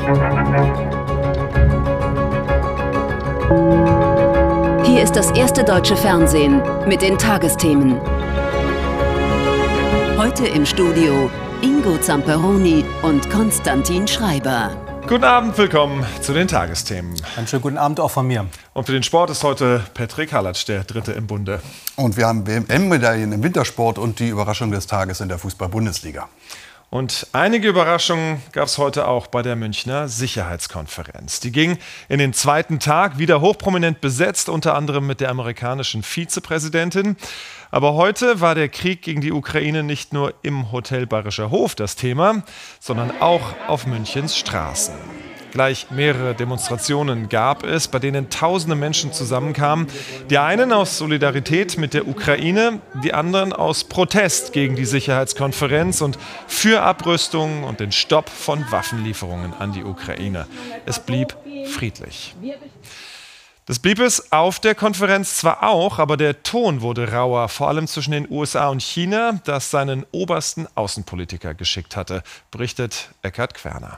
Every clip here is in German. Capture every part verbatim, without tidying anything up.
Hier ist das erste deutsche Fernsehen mit den Tagesthemen. Heute im Studio Ingo Zamperoni und Konstantin Schreiber. Guten Abend, willkommen zu den Tagesthemen. Einen schönen guten Abend auch von mir. Und für den Sport ist heute Patrick Hallatsch der Dritte im Bunde. Und wir haben W M-Medaillen im Wintersport und die Überraschung des Tages in der Fußball-Bundesliga. Und einige Überraschungen gab es heute auch bei der Münchner Sicherheitskonferenz. Die ging in den zweiten Tag, wieder hochprominent besetzt, unter anderem mit der amerikanischen Vizepräsidentin. Aber heute war der Krieg gegen die Ukraine nicht nur im Hotel Bayerischer Hof das Thema, sondern auch auf Münchens Straßen. Gleich mehrere Demonstrationen gab es, bei denen tausende Menschen zusammenkamen. Die einen aus Solidarität mit der Ukraine, die anderen aus Protest gegen die Sicherheitskonferenz und für Abrüstung und den Stopp von Waffenlieferungen an die Ukraine. Es blieb friedlich. Das blieb es auf der Konferenz zwar auch, aber der Ton wurde rauer, vor allem zwischen den U S A und China, das seinen obersten Außenpolitiker geschickt hatte, berichtet Eckhard Querner.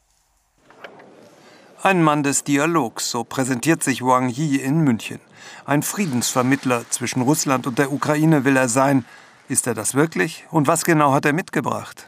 Ein Mann des Dialogs, so präsentiert sich Wang Yi in München. Ein Friedensvermittler zwischen Russland und der Ukraine will er sein. Ist er das wirklich? Und was genau hat er mitgebracht?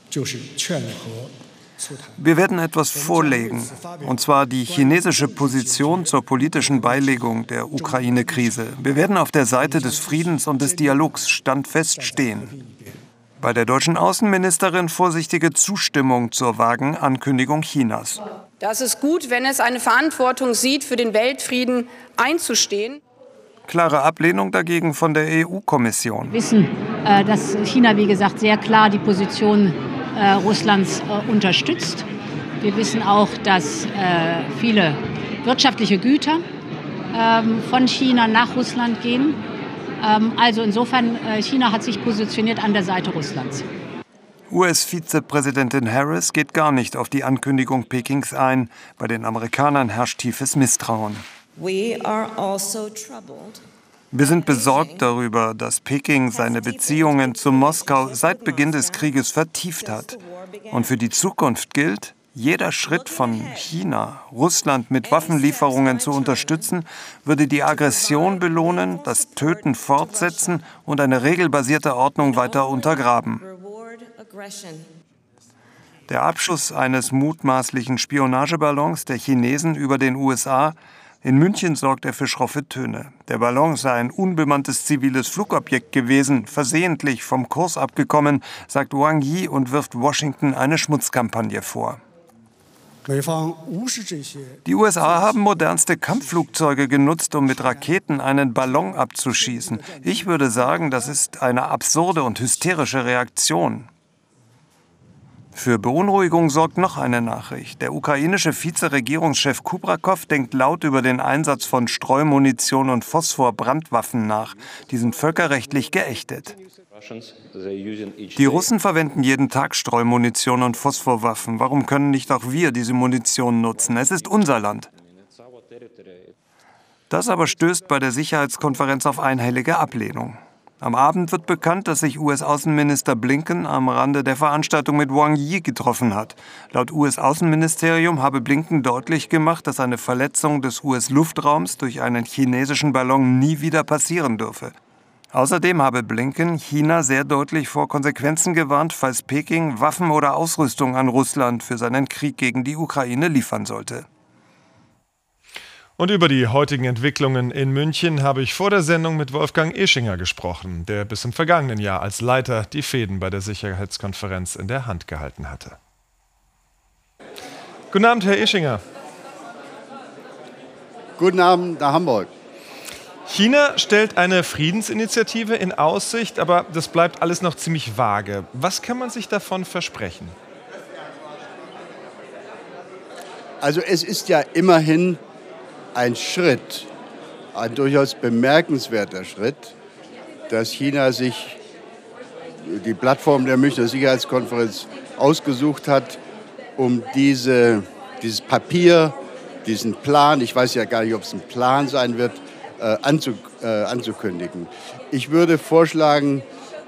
Wir werden etwas vorlegen, und zwar die chinesische Position zur politischen Beilegung der Ukraine-Krise. Wir werden auf der Seite des Friedens und des Dialogs standfest stehen. Bei der deutschen Außenministerin vorsichtige Zustimmung zur vagen Ankündigung Chinas. Das ist gut, wenn es eine Verantwortung sieht, für den Weltfrieden einzustehen. Klare Ablehnung dagegen von der E U-Kommission. Wir wissen, dass China, wie gesagt, sehr klar die Position Russlands unterstützt. Wir wissen auch, dass viele wirtschaftliche Güter von China nach Russland gehen. Also insofern, China hat sich positioniert an der Seite Russlands. U S-Vizepräsidentin Harris geht gar nicht auf die Ankündigung Pekings ein. Bei den Amerikanern herrscht tiefes Misstrauen. Wir sind besorgt darüber, dass Peking seine Beziehungen zu Moskau seit Beginn des Krieges vertieft hat. Und für die Zukunft gilt, jeder Schritt von China, Russland mit Waffenlieferungen zu unterstützen, würde die Aggression belohnen, das Töten fortsetzen und eine regelbasierte Ordnung weiter untergraben. Der Abschuss eines mutmaßlichen Spionageballons der Chinesen über den U S A. In München sorgt er für schroffe Töne. Der Ballon sei ein unbemanntes ziviles Flugobjekt gewesen, versehentlich vom Kurs abgekommen, sagt Wang Yi und wirft Washington eine Schmutzkampagne vor. Die U S A haben modernste Kampfflugzeuge genutzt, um mit Raketen einen Ballon abzuschießen. Ich würde sagen, das ist eine absurde und hysterische Reaktion. Für Beunruhigung sorgt noch eine Nachricht. Der ukrainische Vizeregierungschef Kubrakow denkt laut über den Einsatz von Streumunition und Phosphor-Brandwaffen nach. Die sind völkerrechtlich geächtet. Die Russen verwenden jeden Tag Streumunition und Phosphorwaffen. Warum können nicht auch wir diese Munition nutzen? Es ist unser Land. Das aber stößt bei der Sicherheitskonferenz auf einhellige Ablehnung. Am Abend wird bekannt, dass sich U S-Außenminister Blinken am Rande der Veranstaltung mit Wang Yi getroffen hat. Laut U S-Außenministerium habe Blinken deutlich gemacht, dass eine Verletzung des U S-Luftraums durch einen chinesischen Ballon nie wieder passieren dürfe. Außerdem habe Blinken China sehr deutlich vor Konsequenzen gewarnt, falls Peking Waffen oder Ausrüstung an Russland für seinen Krieg gegen die Ukraine liefern sollte. Und über die heutigen Entwicklungen in München habe ich vor der Sendung mit Wolfgang Ischinger gesprochen, der bis im vergangenen Jahr als Leiter die Fäden bei der Sicherheitskonferenz in der Hand gehalten hatte. Guten Abend, Herr Ischinger. Guten Abend nach Hamburg. China stellt eine Friedensinitiative in Aussicht, aber das bleibt alles noch ziemlich vage. Was kann man sich davon versprechen? Also es ist ja immerhin ein Schritt, ein durchaus bemerkenswerter Schritt, dass China sich die Plattform der Münchner Sicherheitskonferenz ausgesucht hat, um diese, dieses Papier, diesen Plan, ich weiß ja gar nicht, ob es ein Plan sein wird, äh, anzu, äh, anzukündigen. Ich würde vorschlagen,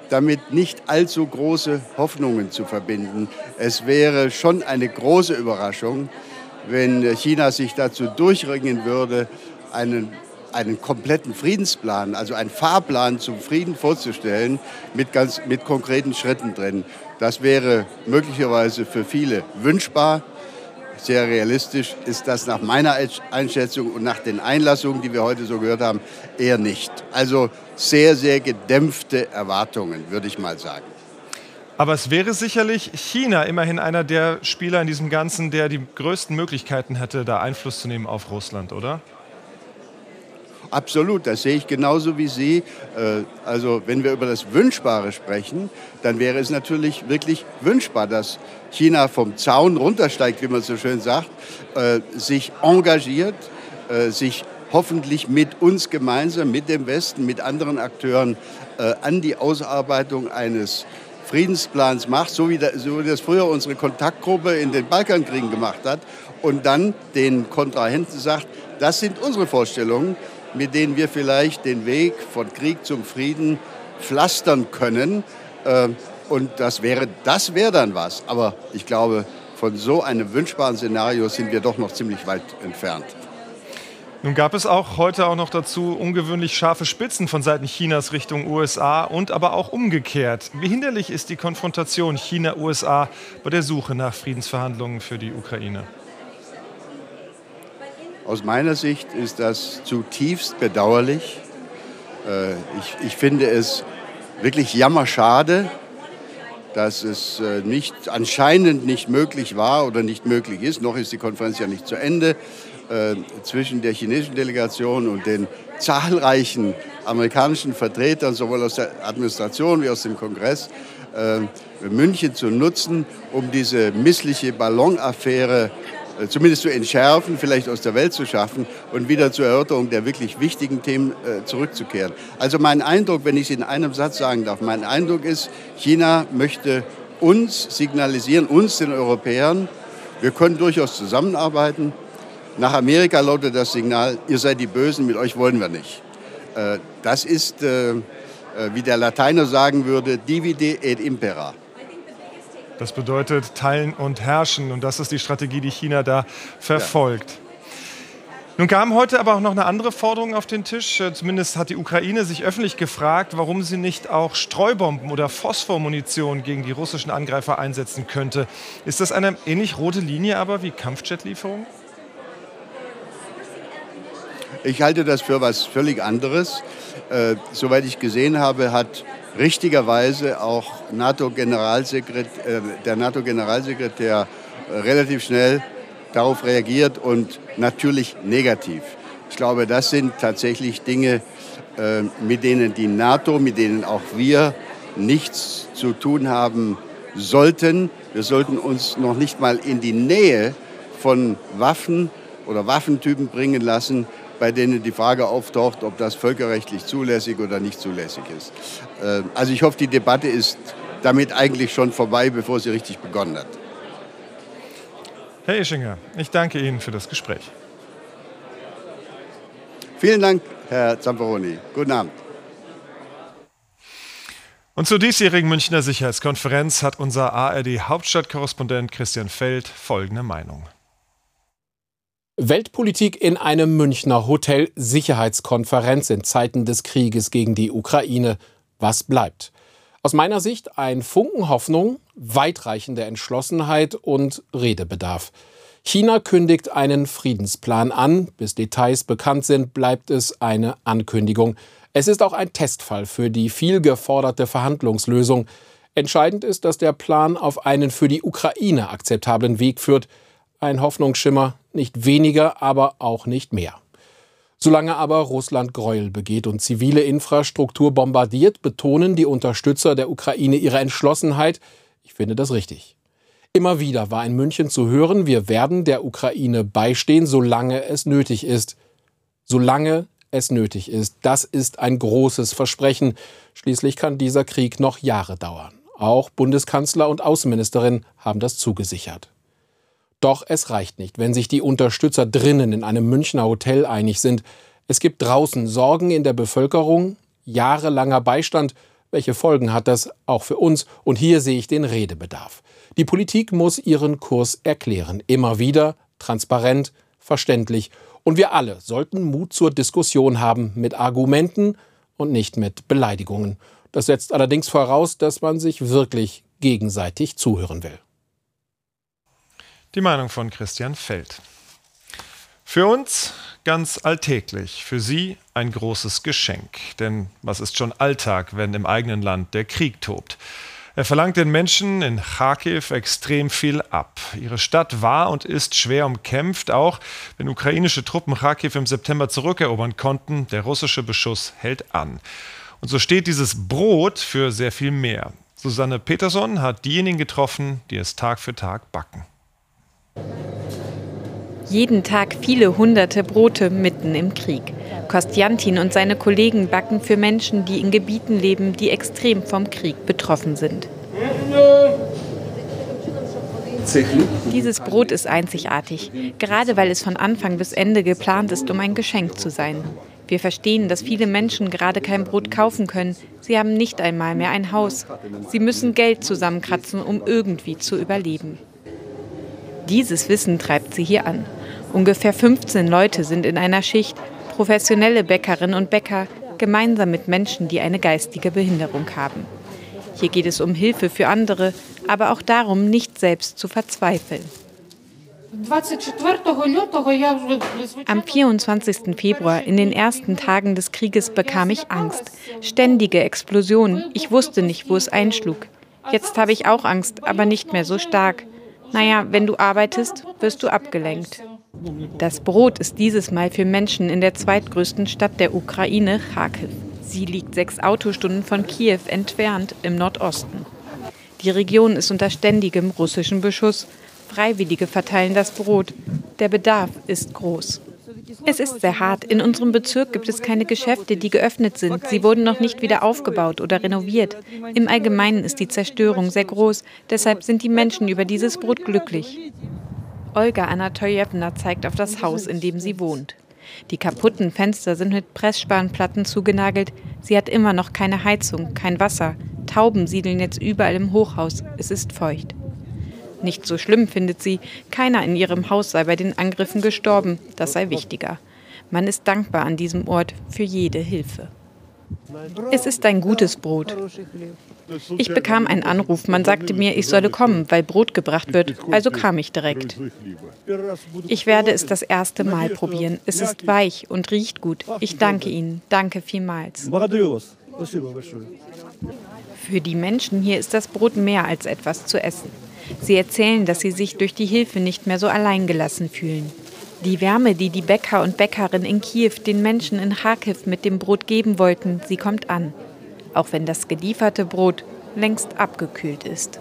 damit nicht allzu große Hoffnungen zu verbinden. Es wäre schon eine große Überraschung, wenn China sich dazu durchringen würde, einen, einen kompletten Friedensplan, also einen Fahrplan zum Frieden vorzustellen, mit, ganz, mit konkreten Schritten drin. Das wäre möglicherweise für viele wünschbar. Sehr realistisch ist das nach meiner Einschätzung und nach den Einlassungen, die wir heute so gehört haben, eher nicht. Also sehr, sehr gedämpfte Erwartungen, würde ich mal sagen. Aber es wäre sicherlich China immerhin einer der Spieler in diesem Ganzen, der die größten Möglichkeiten hätte, da Einfluss zu nehmen auf Russland, oder? Absolut, das sehe ich genauso wie Sie. Also wenn wir über das Wünschbare sprechen, dann wäre es natürlich wirklich wünschbar, dass China vom Zaun runtersteigt, wie man so schön sagt, sich engagiert, sich hoffentlich mit uns gemeinsam, mit dem Westen, mit anderen Akteuren an die Ausarbeitung eines Friedensplans macht, so wie das früher unsere Kontaktgruppe in den Balkankriegen gemacht hat und dann den Kontrahenten sagt, das sind unsere Vorstellungen, mit denen wir vielleicht den Weg von Krieg zum Frieden pflastern können. Und das wäre, das wäre dann was. Aber ich glaube, von so einem wünschbaren Szenario sind wir doch noch ziemlich weit entfernt. Nun gab es auch heute auch noch dazu ungewöhnlich scharfe Spitzen von Seiten Chinas Richtung U S A und aber auch umgekehrt. Wie hinderlich ist die Konfrontation China-U S A bei der Suche nach Friedensverhandlungen für die Ukraine? Aus meiner Sicht ist das zutiefst bedauerlich. Ich, ich finde es wirklich jammerschade, dass es nicht, anscheinend nicht möglich war oder nicht möglich ist, noch ist die Konferenz ja nicht zu Ende, zwischen der chinesischen Delegation und den zahlreichen amerikanischen Vertretern, sowohl aus der Administration wie aus dem Kongress, München zu nutzen, um diese missliche Ballonaffäre zumindest zu entschärfen, vielleicht aus der Welt zu schaffen und wieder zur Erörterung der wirklich wichtigen Themen äh, zurückzukehren. Also mein Eindruck, wenn ich es in einem Satz sagen darf, mein Eindruck ist, China möchte uns signalisieren, uns, den Europäern, wir können durchaus zusammenarbeiten. Nach Amerika lautet das Signal, ihr seid die Bösen, mit euch wollen wir nicht. Äh, das ist, äh, wie der Lateiner sagen würde, divide et impera. Das bedeutet teilen und herrschen. Und das ist die Strategie, die China da verfolgt. Ja. Nun kam heute aber auch noch eine andere Forderung auf den Tisch. Zumindest hat die Ukraine sich öffentlich gefragt, warum sie nicht auch Streubomben oder Phosphormunition gegen die russischen Angreifer einsetzen könnte. Ist das eine ähnlich rote Linie aber wie Kampfjetlieferungen? Ich halte das für was völlig anderes. Äh, soweit ich gesehen habe, hat richtigerweise auch NATO-Generalsekretär, äh, der NATO-Generalsekretär äh, relativ schnell darauf reagiert und natürlich negativ. Ich glaube, das sind tatsächlich Dinge, äh, mit denen die NATO, mit denen auch wir nichts zu tun haben sollten. Wir sollten uns noch nicht mal in die Nähe von Waffen oder Waffentypen bringen lassen, bei denen die Frage auftaucht, ob das völkerrechtlich zulässig oder nicht zulässig ist. Also ich hoffe, die Debatte ist damit eigentlich schon vorbei, bevor sie richtig begonnen hat. Herr Ischinger, ich danke Ihnen für das Gespräch. Vielen Dank, Herr Zamperoni. Guten Abend. Und zur diesjährigen Münchner Sicherheitskonferenz hat unser A R D-Hauptstadtkorrespondent Christian Feld folgende Meinung. Weltpolitik in einem Münchner Hotel, Sicherheitskonferenz in Zeiten des Krieges gegen die Ukraine. Was bleibt? Aus meiner Sicht ein Funken Hoffnung, weitreichende Entschlossenheit und Redebedarf. China kündigt einen Friedensplan an. Bis Details bekannt sind, bleibt es eine Ankündigung. Es ist auch ein Testfall für die viel geforderte Verhandlungslösung. Entscheidend ist, dass der Plan auf einen für die Ukraine akzeptablen Weg führt. Ein Hoffnungsschimmer, nicht weniger, aber auch nicht mehr. Solange aber Russland Gräuel begeht und zivile Infrastruktur bombardiert, betonen die Unterstützer der Ukraine ihre Entschlossenheit. Ich finde das richtig. Immer wieder war in München zu hören, wir werden der Ukraine beistehen, solange es nötig ist. Solange es nötig ist. Das ist ein großes Versprechen. Schließlich kann dieser Krieg noch Jahre dauern. Auch Bundeskanzler und Außenministerin haben das zugesichert. Doch es reicht nicht, wenn sich die Unterstützer drinnen in einem Münchner Hotel einig sind. Es gibt draußen Sorgen in der Bevölkerung, jahrelanger Beistand, Welche Folgen hat das auch für uns? Und hier sehe ich den Redebedarf. Die Politik muss ihren Kurs erklären. Immer wieder, transparent, verständlich. Und wir alle sollten Mut zur Diskussion haben mit Argumenten und nicht mit Beleidigungen. Das setzt allerdings voraus, dass man sich wirklich gegenseitig zuhören will. Die Meinung von Christian Feld. Für uns ganz alltäglich, für Sie ein großes Geschenk. Denn was ist schon Alltag, wenn im eigenen Land der Krieg tobt? Er verlangt den Menschen in Charkiw extrem viel ab. Ihre Stadt war und ist schwer umkämpft, auch wenn ukrainische Truppen Charkiw im September zurückerobern konnten. Der russische Beschuss hält an. Und so steht dieses Brot für sehr viel mehr. Susanne Peterson hat diejenigen getroffen, die es Tag für Tag backen. Jeden Tag viele hunderte Brote mitten im Krieg. Kostjantin und seine Kollegen backen für Menschen, die in Gebieten leben, die extrem vom Krieg betroffen sind. Dieses Brot ist einzigartig, gerade weil es von Anfang bis Ende geplant ist, um ein Geschenk zu sein. Wir verstehen, dass viele Menschen gerade kein Brot kaufen können. Sie haben nicht einmal mehr ein Haus. Sie müssen Geld zusammenkratzen, um irgendwie zu überleben. Dieses Wissen treibt sie hier an. Ungefähr fünfzehn Leute sind in einer Schicht, professionelle Bäckerinnen und Bäcker, gemeinsam mit Menschen, die eine geistige Behinderung haben. Hier geht es um Hilfe für andere, aber auch darum, nicht selbst zu verzweifeln. Am vierundzwanzigsten Februar, in den ersten Tagen des Krieges, bekam ich Angst. Ständige Explosionen. Ich wusste nicht, wo es einschlug. Jetzt habe ich auch Angst, aber nicht mehr so stark. Naja, wenn du arbeitest, wirst du abgelenkt. Das Brot ist dieses Mal für Menschen in der zweitgrößten Stadt der Ukraine, Charkiw. Sie liegt sechs Autostunden von Kiew entfernt im Nordosten. Die Region ist unter ständigem russischen Beschuss. Freiwillige verteilen das Brot. Der Bedarf ist groß. Es ist sehr hart. In unserem Bezirk gibt es keine Geschäfte, die geöffnet sind. Sie wurden noch nicht wieder aufgebaut oder renoviert. Im Allgemeinen ist die Zerstörung sehr groß. Deshalb sind die Menschen über dieses Brot glücklich. Olga Anatoljewna zeigt auf das Haus, in dem sie wohnt. Die kaputten Fenster sind mit Pressspanplatten zugenagelt. Sie hat immer noch keine Heizung, kein Wasser. Tauben siedeln jetzt überall im Hochhaus. Es ist feucht. Nicht so schlimm, findet sie. Keiner in ihrem Haus sei bei den Angriffen gestorben. Das sei wichtiger. Man ist dankbar an diesem Ort für jede Hilfe. Es ist ein gutes Brot. Ich bekam einen Anruf. Man sagte mir, ich solle kommen, weil Brot gebracht wird. Also kam ich direkt. Ich werde es das erste Mal probieren. Es ist weich und riecht gut. Ich danke Ihnen. Danke vielmals. Für die Menschen hier ist das Brot mehr als etwas zu essen. Sie erzählen, dass sie sich durch die Hilfe nicht mehr so alleingelassen fühlen. Die Wärme, die die Bäcker und Bäckerinnen in Kiew den Menschen in Charkiw mit dem Brot geben wollten, sie kommt an. Auch wenn das gelieferte Brot längst abgekühlt ist.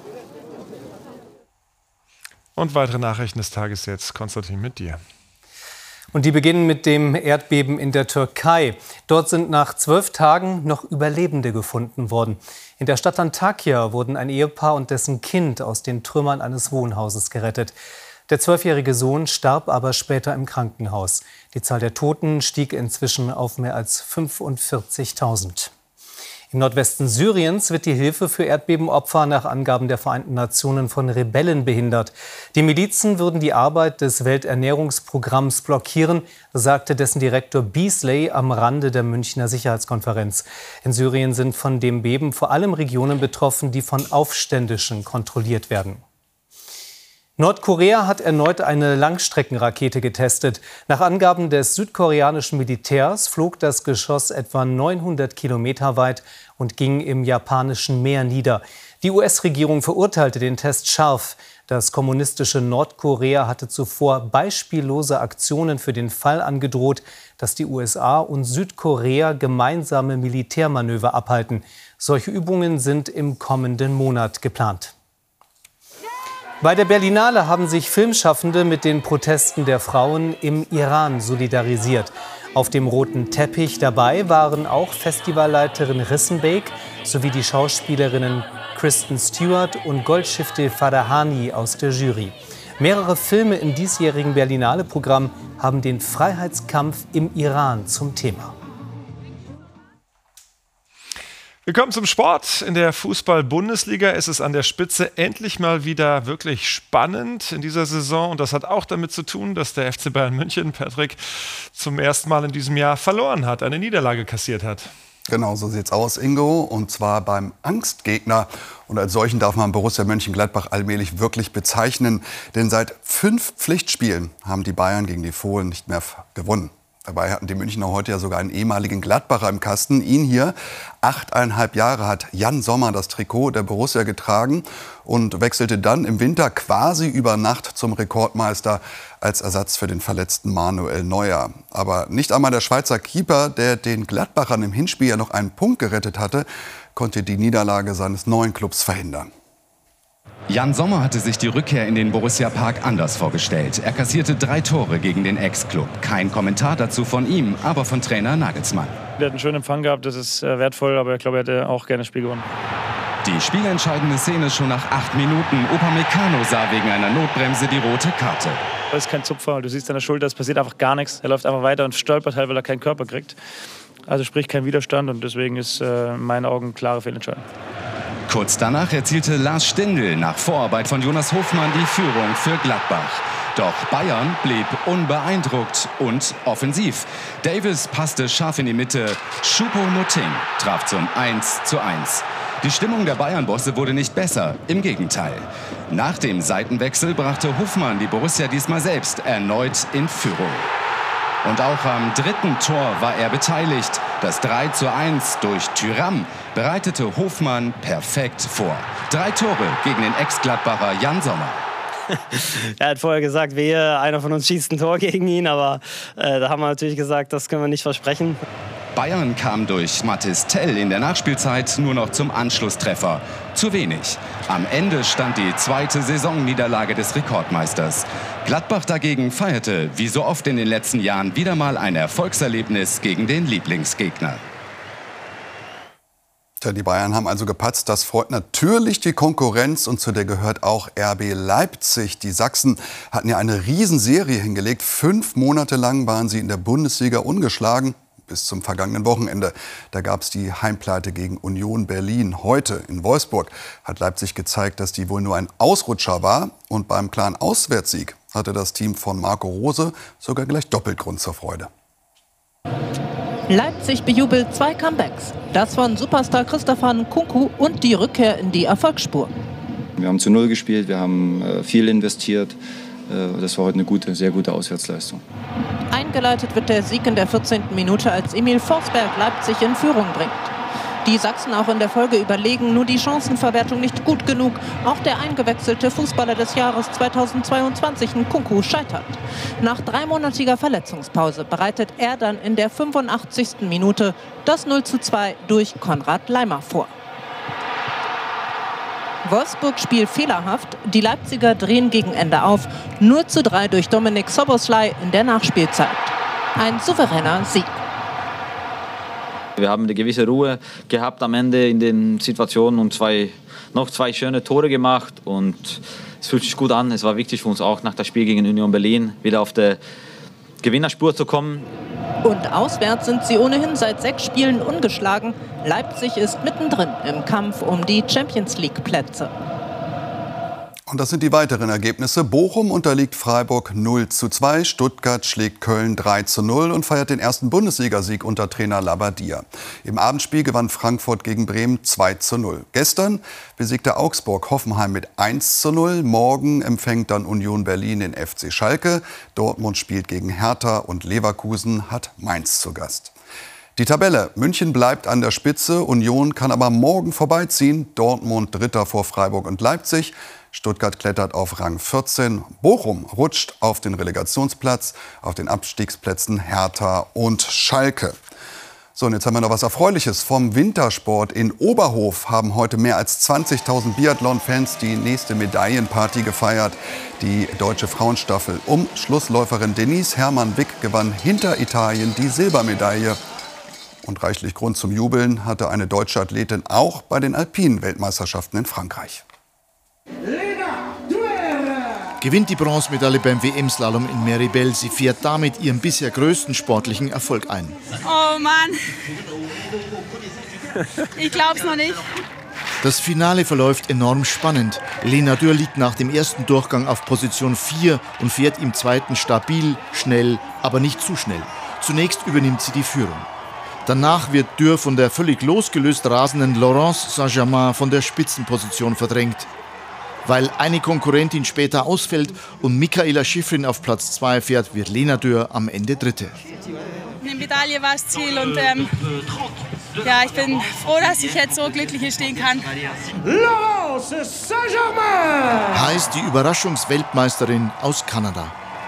Und weitere Nachrichten des Tages jetzt, Konstantin, mit dir. Und die beginnen mit dem Erdbeben in der Türkei. Dort sind nach zwölf Tagen noch Überlebende gefunden worden. In der Stadt Antakya wurden ein Ehepaar und dessen Kind aus den Trümmern eines Wohnhauses gerettet. Der zwölfjährige Sohn starb aber später im Krankenhaus. Die Zahl der Toten stieg inzwischen auf mehr als fünfundvierzigtausend. Im Nordwesten Syriens wird die Hilfe für Erdbebenopfer nach Angaben der Vereinten Nationen von Rebellen behindert. Die Milizen würden die Arbeit des Welternährungsprogramms blockieren, sagte dessen Direktor Beasley am Rande der Münchner Sicherheitskonferenz. In Syrien sind von dem Beben vor allem Regionen betroffen, die von Aufständischen kontrolliert werden. Nordkorea hat erneut eine Langstreckenrakete getestet. Nach Angaben des südkoreanischen Militärs flog das Geschoss etwa neunhundert Kilometer weit und ging im japanischen Meer nieder. Die U S-Regierung verurteilte den Test scharf. Das kommunistische Nordkorea hatte zuvor beispiellose Aktionen für den Fall angedroht, dass die U S A und Südkorea gemeinsame Militärmanöver abhalten. Solche Übungen sind im kommenden Monat geplant. Bei der Berlinale haben sich Filmschaffende mit den Protesten der Frauen im Iran solidarisiert. Auf dem roten Teppich dabei waren auch Festivalleiterin Rissenbeek sowie die Schauspielerinnen Kristen Stewart und Golschifteh Farahani aus der Jury. Mehrere Filme im diesjährigen Berlinale-Programm haben den Freiheitskampf im Iran zum Thema. Wir kommen zum Sport. In der Fußball-Bundesliga ist es an der Spitze endlich mal wieder wirklich spannend in dieser Saison. Und das hat auch damit zu tun, dass der F C Bayern München, Patrick, zum ersten Mal in diesem Jahr verloren hat, eine Niederlage kassiert hat. Genau, so sieht's aus, Ingo. Und zwar beim Angstgegner. Und als solchen darf man Borussia Mönchengladbach allmählich wirklich bezeichnen. Denn seit fünf Pflichtspielen haben die Bayern gegen die Fohlen nicht mehr gewonnen. Dabei hatten die Münchner heute ja sogar einen ehemaligen Gladbacher im Kasten. Ihn hier, achteinhalb Jahre, hat Jan Sommer das Trikot der Borussia getragen und wechselte dann im Winter quasi über Nacht zum Rekordmeister als Ersatz für den verletzten Manuel Neuer. Aber nicht einmal der Schweizer Keeper, der den Gladbachern im Hinspiel ja noch einen Punkt gerettet hatte, konnte die Niederlage seines neuen Clubs verhindern. Jan Sommer hatte sich die Rückkehr in den Borussia Park anders vorgestellt. Er kassierte drei Tore gegen den Ex-Club. Kein Kommentar dazu von ihm, aber von Trainer Nagelsmann. Er hat einen schönen Empfang gehabt, das ist äh, wertvoll, aber ich glaube, er hätte auch gerne das Spiel gewonnen. Die spielentscheidende Szene schon nach acht Minuten. Upamecano sah wegen einer Notbremse die rote Karte. Das ist kein Zupfer, du siehst an der Schulter, es passiert einfach gar nichts. Er läuft einfach weiter und stolpert halt, weil er keinen Körper kriegt. Also sprich kein Widerstand und deswegen ist äh, in meinen Augen klare Fehlentscheidung. Kurz danach erzielte Lars Stindl nach Vorarbeit von Jonas Hofmann die Führung für Gladbach. Doch Bayern blieb unbeeindruckt und offensiv. Davis passte scharf in die Mitte. Choupo-Moting traf zum eins zu eins. Die Stimmung der Bayern-Bosse wurde nicht besser, im Gegenteil. Nach dem Seitenwechsel brachte Hofmann die Borussia diesmal selbst erneut in Führung. Und auch am dritten Tor war er beteiligt. Das drei zu eins durch Thuram bereitete Hofmann perfekt vor. Drei Tore gegen den Ex-Gladbacher Jan Sommer. Er hat vorher gesagt, wehe, einer von uns schießt ein Tor gegen ihn. Aber äh, da haben wir natürlich gesagt, das können wir nicht versprechen. Bayern kam durch Mathis Tell in der Nachspielzeit nur noch zum Anschlusstreffer. Zu wenig. Am Ende stand die zweite Saisonniederlage des Rekordmeisters. Gladbach dagegen feierte, wie so oft in den letzten Jahren, wieder mal ein Erfolgserlebnis gegen den Lieblingsgegner. Die Bayern haben also gepatzt. Das freut natürlich die Konkurrenz und zu der gehört auch R B Leipzig. Die Sachsen hatten ja eine Riesenserie hingelegt. Fünf Monate lang waren sie in der Bundesliga ungeschlagen. Bis zum vergangenen Wochenende. Da gab es die Heimpleite gegen Union Berlin. Heute in Wolfsburg hat Leipzig gezeigt, dass die wohl nur ein Ausrutscher war. Und beim klaren Auswärtssieg hatte das Team von Marco Rose sogar gleich doppelt Grund zur Freude. Leipzig bejubelt zwei Comebacks. Das von Superstar Christopher Nkunku und die Rückkehr in die Erfolgsspur. Wir haben zu Null gespielt, wir haben äh, viel investiert. Äh, das war heute eine gute, sehr gute Auswärtsleistung. Eingeleitet wird der Sieg in der vierzehnten Minute, als Emil Forsberg Leipzig in Führung bringt. Die Sachsen auch in der Folge überlegen, nur die Chancenverwertung nicht gut genug. Auch der eingewechselte Fußballer des Jahres zweitausendzweiundzwanzig, Nkunku, scheitert. Nach dreimonatiger Verletzungspause bereitet er dann in der fünfundachtzigsten Minute das null zu zwei durch Konrad Laimer vor. Wolfsburg spielt fehlerhaft, die Leipziger drehen gegen Ende auf. null zu drei durch Dominik Szoboszlai in der Nachspielzeit. Ein souveräner Sieg. Wir haben eine gewisse Ruhe gehabt am Ende in den Situationen und zwei, noch zwei schöne Tore gemacht. Und es fühlt sich gut an. Es war wichtig für uns auch nach dem Spiel gegen Union Berlin wieder auf der Gewinnerspur zu kommen. Und auswärts sind sie ohnehin seit sechs Spielen ungeschlagen. Leipzig ist mittendrin im Kampf um die Champions-League-Plätze. Und das sind die weiteren Ergebnisse. Bochum unterliegt Freiburg null zu zwei, Stuttgart schlägt Köln drei zu null und feiert den ersten Bundesligasieg unter Trainer Labbadia. Im Abendspiel gewann Frankfurt gegen Bremen zwei zu null. Gestern besiegte Augsburg Hoffenheim mit eins zu null. Morgen empfängt dann Union Berlin den F C Schalke. Dortmund spielt gegen Hertha und Leverkusen hat Mainz zu Gast. Die Tabelle. München bleibt an der Spitze, Union kann aber morgen vorbeiziehen. Dortmund Dritter vor Freiburg und Leipzig. Stuttgart klettert auf Rang vierzehn. Bochum rutscht auf den Relegationsplatz. Auf den Abstiegsplätzen Hertha und Schalke. So, und jetzt haben wir noch was Erfreuliches vom Wintersport. In Oberhof haben heute mehr als zwanzigtausend Biathlon-Fans die nächste Medaillenparty gefeiert. Die deutsche Frauenstaffel um Schlussläuferin Denise Hermann-Wick gewann hinter Italien die Silbermedaille. Und reichlich Grund zum Jubeln hatte eine deutsche Athletin auch bei den alpinen Weltmeisterschaften in Frankreich. Gewinnt die Bronzemedaille beim W M-Slalom in Meribel. Sie fährt damit ihren bisher größten sportlichen Erfolg ein. Oh Mann, Ich glaube es noch nicht. Das Finale verläuft enorm spannend. Lena Dürr liegt nach dem ersten Durchgang auf Position vier und fährt im zweiten stabil, schnell, aber nicht zu schnell. Zunächst übernimmt sie die Führung. Danach wird Dürr von der völlig losgelöst rasenden Laurence Saint-Germain von der Spitzenposition verdrängt. Weil eine Konkurrentin später ausfällt und Michaela Schifrin auf Platz zwei fährt, wird Lena Dürr am Ende Dritte. Eine Medaille war das Ziel und ähm, ja, ich bin froh, dass ich jetzt so glücklich hier stehen kann. Laurence Saint-Germain heißt die Überraschungsweltmeisterin aus Kanada.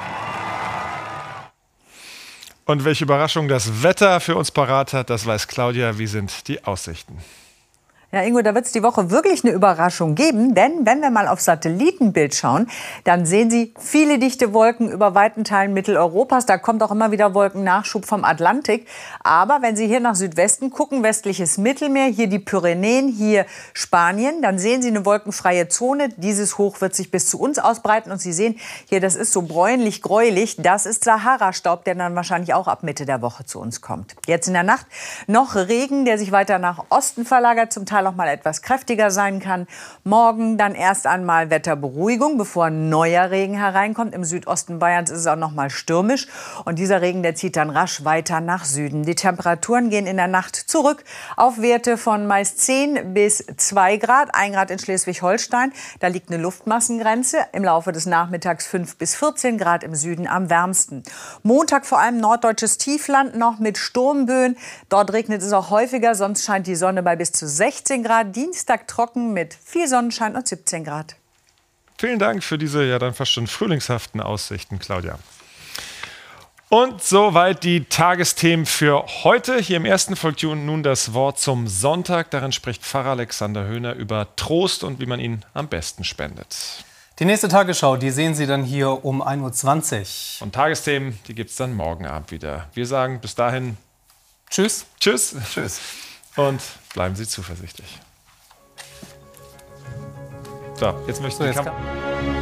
Und welche Überraschung das Wetter für uns parat hat, das weiß Claudia. Wie sind die Aussichten? Ja, Ingo, da wird es die Woche wirklich eine Überraschung geben, denn wenn wir mal auf Satellitenbild schauen, dann sehen Sie viele dichte Wolken über weiten Teilen Mitteleuropas. Da kommt auch immer wieder Wolkennachschub vom Atlantik. Aber wenn Sie hier nach Südwesten gucken, westliches Mittelmeer, hier die Pyrenäen, hier Spanien, dann sehen Sie eine wolkenfreie Zone. Dieses Hoch wird sich bis zu uns ausbreiten. Und Sie sehen hier, das ist so bräunlich-gräulich. Das ist Sahara-Staub, der dann wahrscheinlich auch ab Mitte der Woche zu uns kommt. Jetzt in der Nacht noch Regen, der sich weiter nach Osten verlagert, zum Teil auch mal etwas kräftiger sein kann. Morgen dann erst einmal Wetterberuhigung, bevor neuer Regen hereinkommt. Im Südosten Bayerns ist es auch noch mal stürmisch. Und dieser Regen, der zieht dann rasch weiter nach Süden. Die Temperaturen gehen in der Nacht zurück auf Werte von meist zehn bis zwei Grad. ein Grad in Schleswig-Holstein. Da liegt eine Luftmassengrenze. Im Laufe des Nachmittags fünf bis vierzehn Grad im Süden am wärmsten. Montag vor allem norddeutsches Tiefland noch mit Sturmböen. Dort regnet es auch häufiger, sonst scheint die Sonne bei bis zu sechzehn Grad, Dienstag trocken mit viel Sonnenschein und siebzehn Grad. Vielen Dank für diese ja dann fast schon frühlingshaften Aussichten, Claudia. Und soweit die Tagesthemen für heute. Hier im ersten folgt nun das Wort zum Sonntag. Darin spricht Pfarrer Alexander Höhner über Trost und wie man ihn am besten spendet. Die nächste Tagesschau, die sehen Sie dann hier um ein Uhr zwanzig. Und Tagesthemen, die gibt es dann morgen Abend wieder. Wir sagen bis dahin Tschüss. Tschüss. Tschüss. Und bleiben Sie zuversichtlich. So, jetzt möchte ich... So, jetzt